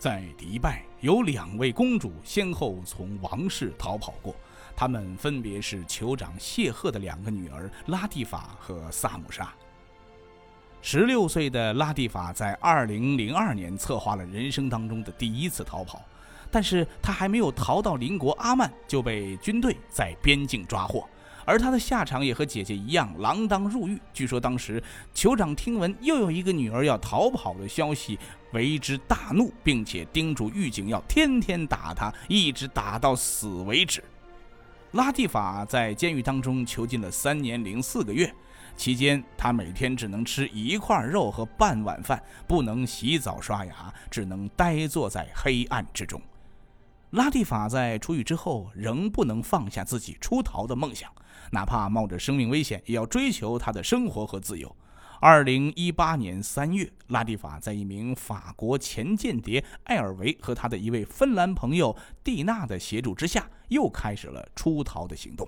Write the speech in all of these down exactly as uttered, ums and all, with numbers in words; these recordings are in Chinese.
在迪拜有两位公主先后从王室逃跑过，她们分别是酋长谢赫的两个女儿拉蒂法和萨姆莎。十六岁的拉蒂法在二零零二年策划了人生当中的第一次逃跑，但是她还没有逃到邻国阿曼就被军队在边境抓获，而她的下场也和姐姐一样锒铛入狱。据说当时酋长听闻又有一个女儿要逃跑的消息，为之大怒，并且叮嘱狱警要天天打她，一直打到死为止。拉蒂法在监狱当中囚禁了三年零四个月，期间他每天只能吃一块肉和半碗饭，不能洗澡刷牙，只能呆坐在黑暗之中。拉蒂法在出狱之后仍不能放下自己出逃的梦想，哪怕冒着生命危险也要追求他的生活和自由。二零一八年三月，拉蒂法在一名法国前间谍艾尔维和他的一位芬兰朋友蒂娜的协助之下，又开始了出逃的行动。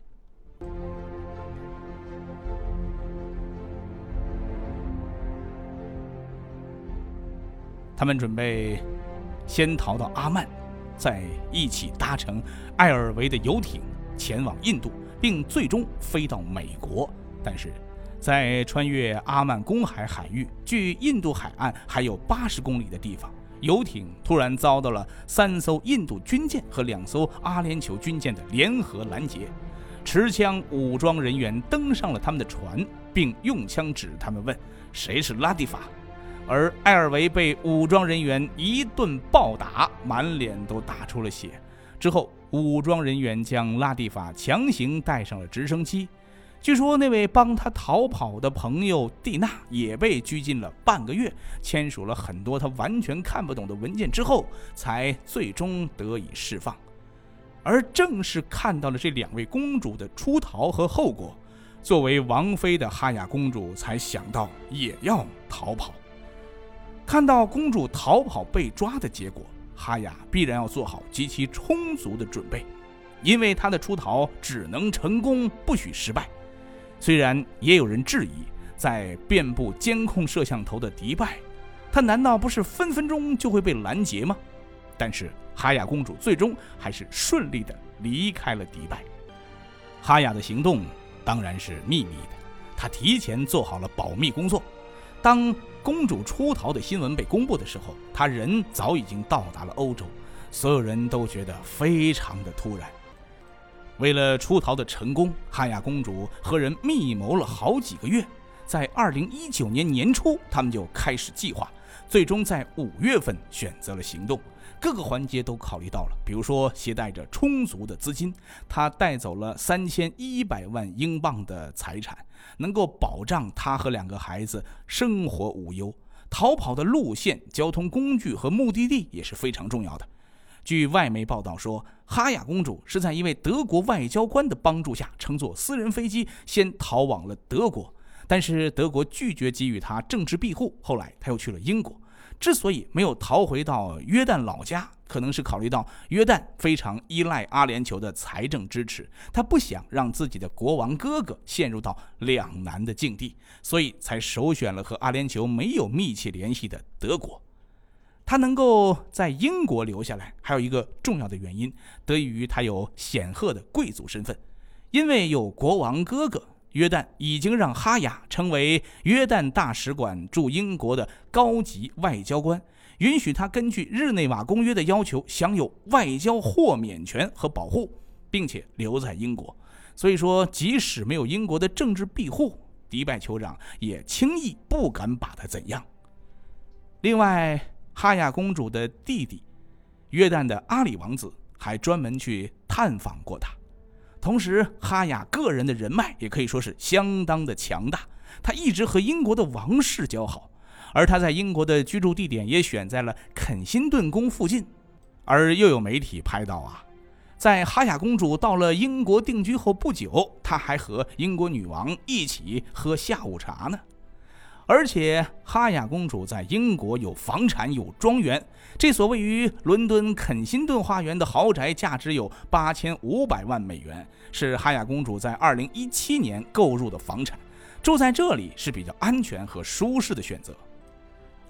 他们准备先逃到阿曼，再一起搭乘艾尔维的游艇前往印度，并最终飞到美国。但是在穿越阿曼公海海域，距印度海岸还有八十公里的地方，游艇突然遭到了三艘印度军舰和两艘阿联酋军舰的联合拦截。持枪武装人员登上了他们的船，并用枪指他们问谁是拉蒂法。而艾尔维被武装人员一顿暴打，满脸都打出了血。之后武装人员将拉蒂法强行带上了直升机。据说那位帮他逃跑的朋友蒂娜也被拘禁了半个月，签署了很多他完全看不懂的文件之后，才最终得以释放。而正是看到了这两位公主的出逃和后果，作为王妃的哈雅公主才想到也要逃跑。看到公主逃跑被抓的结果，哈雅必然要做好极其充足的准备，因为她的出逃只能成功，不许失败。虽然也有人质疑，在遍布监控摄像头的迪拜，她难道不是分分钟就会被拦截吗？但是哈雅公主最终还是顺利地离开了迪拜。哈雅的行动当然是秘密的，她提前做好了保密工作。当公主出逃的新闻被公布的时候，她人早已经到达了欧洲，所有人都觉得非常的突然。为了出逃的成功，哈雅公主和人密谋了好几个月。在二零一九年年初，他们就开始计划，最终在五月份选择了行动。各个环节都考虑到了，比如说携带着充足的资金，他带走了三千一百万英镑的财产，能够保障他和两个孩子生活无忧。逃跑的路线、交通工具和目的地也是非常重要的。据外媒报道说，哈雅公主是在一位德国外交官的帮助下，乘坐私人飞机先逃往了德国，但是德国拒绝给予她政治庇护，后来她又去了英国。之所以没有逃回到约旦老家，可能是考虑到约旦非常依赖阿联酋的财政支持，他不想让自己的国王哥哥陷入到两难的境地，所以才首选了和阿联酋没有密切联系的德国。他能够在英国留下来，还有一个重要的原因，得益于他有显赫的贵族身份。因为有国王哥哥，约旦已经让哈雅成为约旦大使馆驻英国的高级外交官，允许他根据日内瓦公约的要求享有外交豁免权和保护，并且留在英国。所以说，即使没有英国的政治庇护，迪拜酋长也轻易不敢把他怎样。另外，哈雅公主的弟弟约旦的阿里王子还专门去探访过他。同时，哈雅个人的人脉也可以说是相当的强大，他一直和英国的王室交好，而他在英国的居住地点也选在了肯辛顿宫附近。而又有媒体拍到啊，在哈雅公主到了英国定居后不久，他还和英国女王一起喝下午茶呢。而且哈雅公主在英国有房产有庄园，这所位于伦敦肯辛顿花园的豪宅价值有八千五百万美元，是哈雅公主在二零一七年购入的房产，住在这里是比较安全和舒适的选择。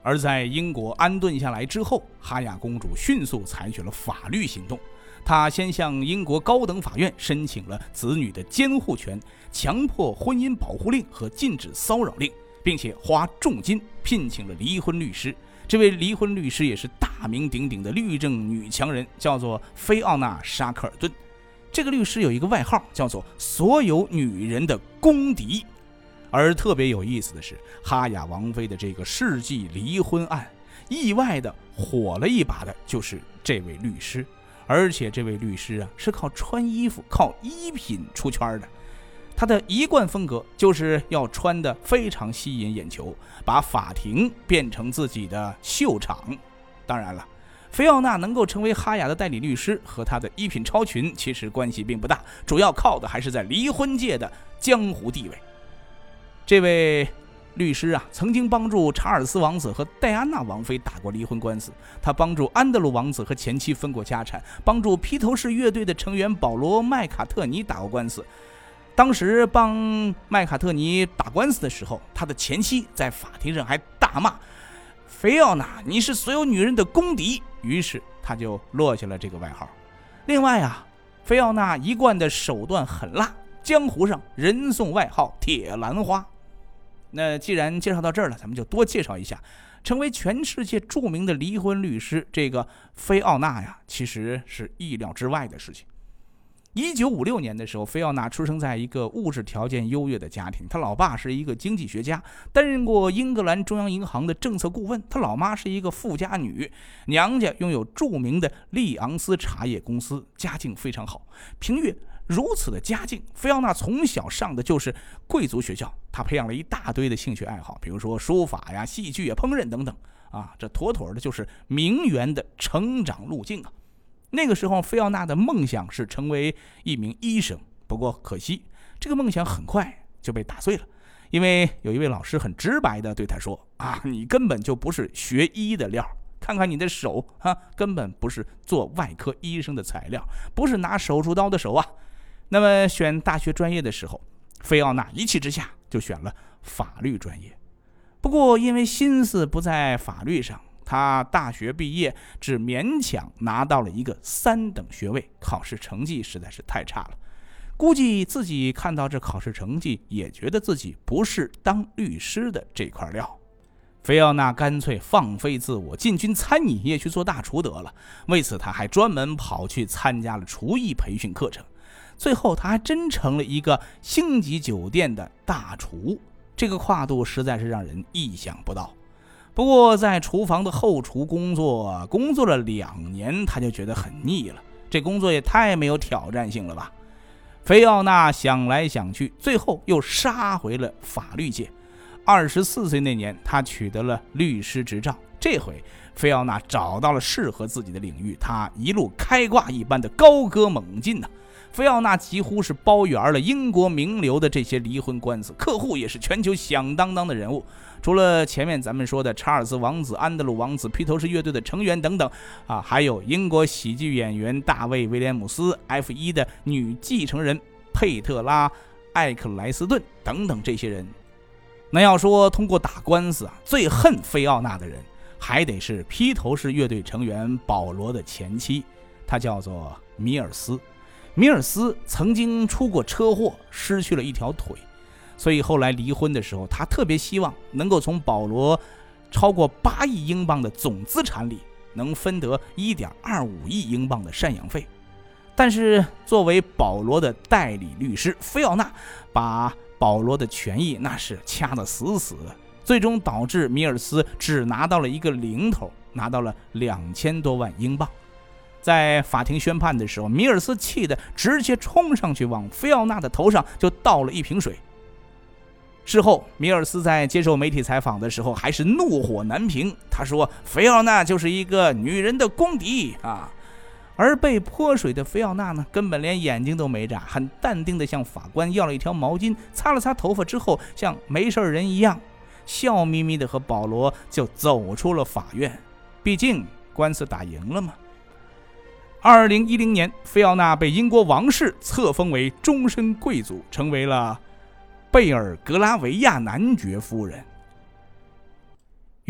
而在英国安顿下来之后，哈雅公主迅速采取了法律行动。她先向英国高等法院申请了子女的监护权、强迫婚姻保护令和禁止骚扰令，并且花重金聘请了离婚律师。这位离婚律师也是大名鼎鼎的律政女强人，叫做菲奥娜·沙克尔顿。这个律师有一个外号，叫做所有女人的公敌。而特别有意思的是，哈雅王妃的这个世纪离婚案，意外的火了一把的就是这位律师。而且这位律师啊，是靠穿衣服、靠衣品出圈的。他的一贯风格就是要穿得非常吸引眼球，把法庭变成自己的秀场。当然了，菲奥娜能够成为哈雅的代理律师，和她的衣品超群其实关系并不大，主要靠的还是在离婚界的江湖地位。这位律师啊，曾经帮助查尔斯王子和戴安娜王妃打过离婚官司，他帮助安德鲁王子和前妻分过家产，帮助披头士乐队的成员保罗·麦卡特尼打过官司。当时帮麦卡特尼打官司的时候，他的前妻在法庭上还大骂菲奥娜，你是所有女人的公敌，于是他就落下了这个外号。另外啊，菲奥娜一贯的手段狠辣，江湖上人送外号铁兰花。那既然介绍到这儿了，咱们就多介绍一下，成为全世界著名的离婚律师，这个菲奥娜呀，其实是意料之外的事情。一九五六年的时候，菲奥娜出生在一个物质条件优越的家庭，他老爸是一个经济学家，担任过英格兰中央银行的政策顾问，他老妈是一个富家女，娘家拥有著名的利昂斯茶叶公司，家境非常好。凭借如此的家境，菲奥娜从小上的就是贵族学校，她培养了一大堆的兴趣爱好，比如说书法呀、戏剧呀、烹饪等等啊，这妥妥的就是名媛的成长路径啊。那个时候，菲奥娜的梦想是成为一名医生，不过可惜，这个梦想很快就被打碎了，因为有一位老师很直白地对她说：“啊，你根本就不是学医的料，看看你的手啊，根本不是做外科医生的材料，不是拿手术刀的手啊。”那么选大学专业的时候，菲奥娜一气之下就选了法律专业。不过因为心思不在法律上，他大学毕业只勉强拿到了一个三等学位，考试成绩实在是太差了。估计自己看到这考试成绩，也觉得自己不是当律师的这块料。菲奥娜干脆放飞自我，进军餐饮业去做大厨得了。为此，他还专门跑去参加了厨艺培训课程。最后，他还真成了一个星级酒店的大厨，这个跨度实在是让人意想不到。不过在厨房的后厨工作工作了两年，他就觉得很腻了，这工作也太没有挑战性了吧。菲奥娜想来想去，最后又杀回了法律界。二十四岁那年，他取得了律师执照。这回菲奥娜找到了适合自己的领域，他一路开挂一般的高歌猛进呢、啊。菲奥娜几乎是包圆了英国名流的这些离婚官司，客户也是全球响当当的人物。除了前面咱们说的查尔斯王子、安德鲁王子、披头士乐队的成员等等啊，还有英国喜剧演员大卫·威廉姆斯、F 一 的女继承人佩特拉·艾克莱斯顿等等这些人。那要说通过打官司啊，最恨菲奥娜的人，还得是披头士乐队成员保罗的前妻，她叫做米尔斯。米尔斯曾经出过车祸，失去了一条腿，所以后来离婚的时候，他特别希望能够从保罗超过八亿英镑的总资产里能分得 一点二五亿英镑的赡养费。但是作为保罗的代理律师，菲奥娜把保罗的权益那是掐得死死的，最终导致米尔斯只拿到了一个零头，拿到了两千多万英镑。在法庭宣判的时候，米尔斯气得直接冲上去往菲奥娜的头上就倒了一瓶水。事后米尔斯在接受媒体采访的时候还是怒火难平，他说菲奥娜就是一个女人的公敌啊。而被泼水的菲奥娜呢，根本连眼睛都没眨，很淡定地向法官要了一条毛巾，擦了擦头发之后，像没事人一样笑眯眯地和保罗就走出了法院。毕竟官司打赢了嘛。二零一零年，菲奥娜被英国王室册封为终身贵族，成为了贝尔格拉维亚男爵夫人。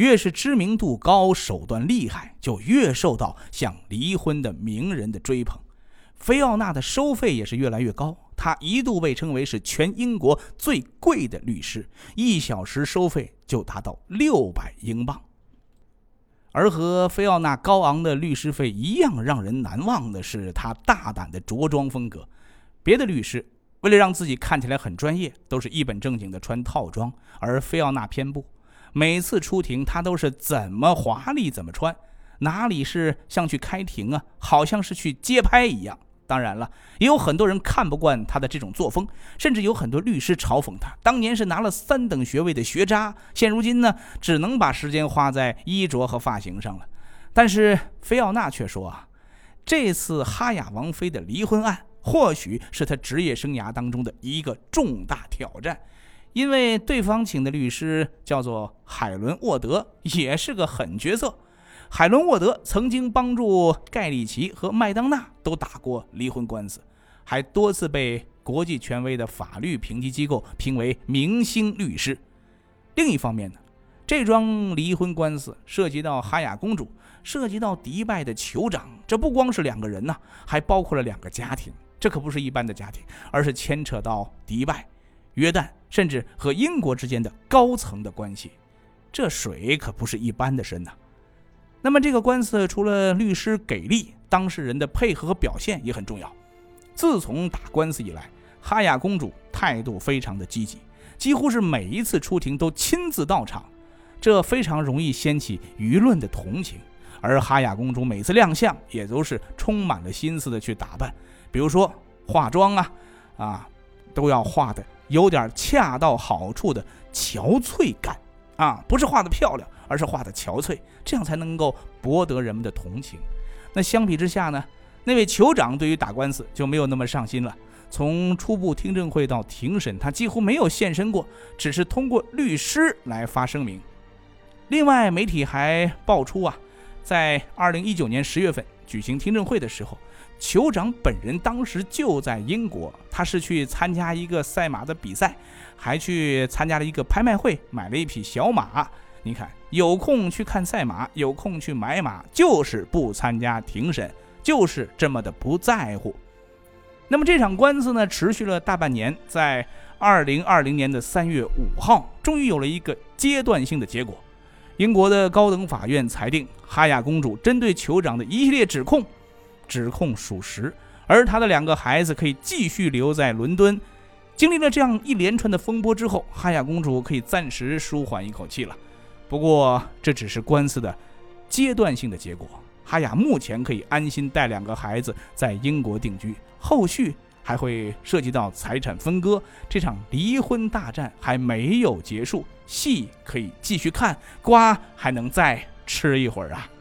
越是知名度高、手段厉害，就越受到想离婚的名人的追捧。菲奥娜的收费也是越来越高，她一度被称为是全英国最贵的律师，一小时收费就达到六百英镑。而和菲奥娜高昂的律师费一样让人难忘的是她大胆的着装风格。别的律师为了让自己看起来很专业，都是一本正经的穿套装，而菲奥娜偏不。每次出庭，她都是怎么华丽怎么穿，哪里是像去开庭啊，好像是去街拍一样。当然了，也有很多人看不惯她的这种作风，甚至有很多律师嘲讽她，当年是拿了三等学位的学渣，现如今呢，只能把时间花在衣着和发型上了。但是菲奥娜却说啊，这次哈雅王妃的离婚案或许是他职业生涯当中的一个重大挑战，因为对方请的律师叫做海伦沃德，也是个狠角色。海伦沃德曾经帮助盖里奇和麦当娜都打过离婚官司，还多次被国际权威的法律评级机构评为明星律师。另一方面呢，这桩离婚官司涉及到哈雅公主，涉及到迪拜的酋长，这不光是两个人呢，还包括了两个家庭。这可不是一般的家庭，而是牵扯到迪拜、约旦，甚至和英国之间的高层的关系。这水可不是一般的深呐。那么这个官司除了律师给力，当事人的配合和表现也很重要。自从打官司以来，哈雅公主态度非常的积极，几乎是每一次出庭都亲自到场，这非常容易掀起舆论的同情。而哈雅公主每次亮相也都是充满了心思的去打扮，比如说化妆啊啊都要画的有点恰到好处的憔悴感啊，不是画的漂亮，而是画的憔悴，这样才能够博得人们的同情。那相比之下呢，那位酋长对于打官司就没有那么上心了，从初步听证会到庭审，他几乎没有现身过，只是通过律师来发声明。另外媒体还爆出啊，在二零一九年十月份举行听证会的时候，酋长本人当时就在英国，他是去参加一个赛马的比赛，还去参加了一个拍卖会，买了一匹小马。你看，有空去看赛马，有空去买马，就是不参加庭审，就是这么的不在乎。那么这场官司呢，持续了大半年，在二零二零年的三月五号，终于有了一个阶段性的结果。英国的高等法院裁定，哈雅公主针对酋长的一系列指控指控属实，而她的两个孩子可以继续留在伦敦。经历了这样一连串的风波之后，哈雅公主可以暂时舒缓一口气了。不过这只是官司的阶段性的结果，哈雅目前可以安心带两个孩子在英国定居，后续还会涉及到财产分割，这场离婚大战还没有结束，戏可以继续看，瓜还能再吃一会儿啊。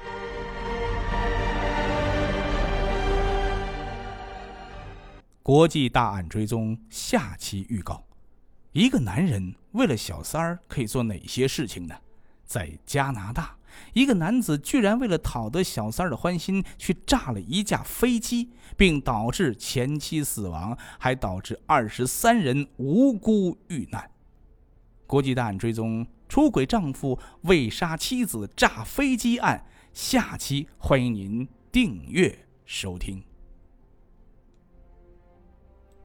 国际大案追踪下期预告：一个男人为了小三儿可以做哪些事情呢？在加拿大，一个男子居然为了讨得小三儿的欢心，去炸了一架飞机，并导致前妻死亡，还导致二十三人无辜遇难。国际大案追踪出轨丈夫为杀妻子炸飞机案，下期欢迎您订阅收听。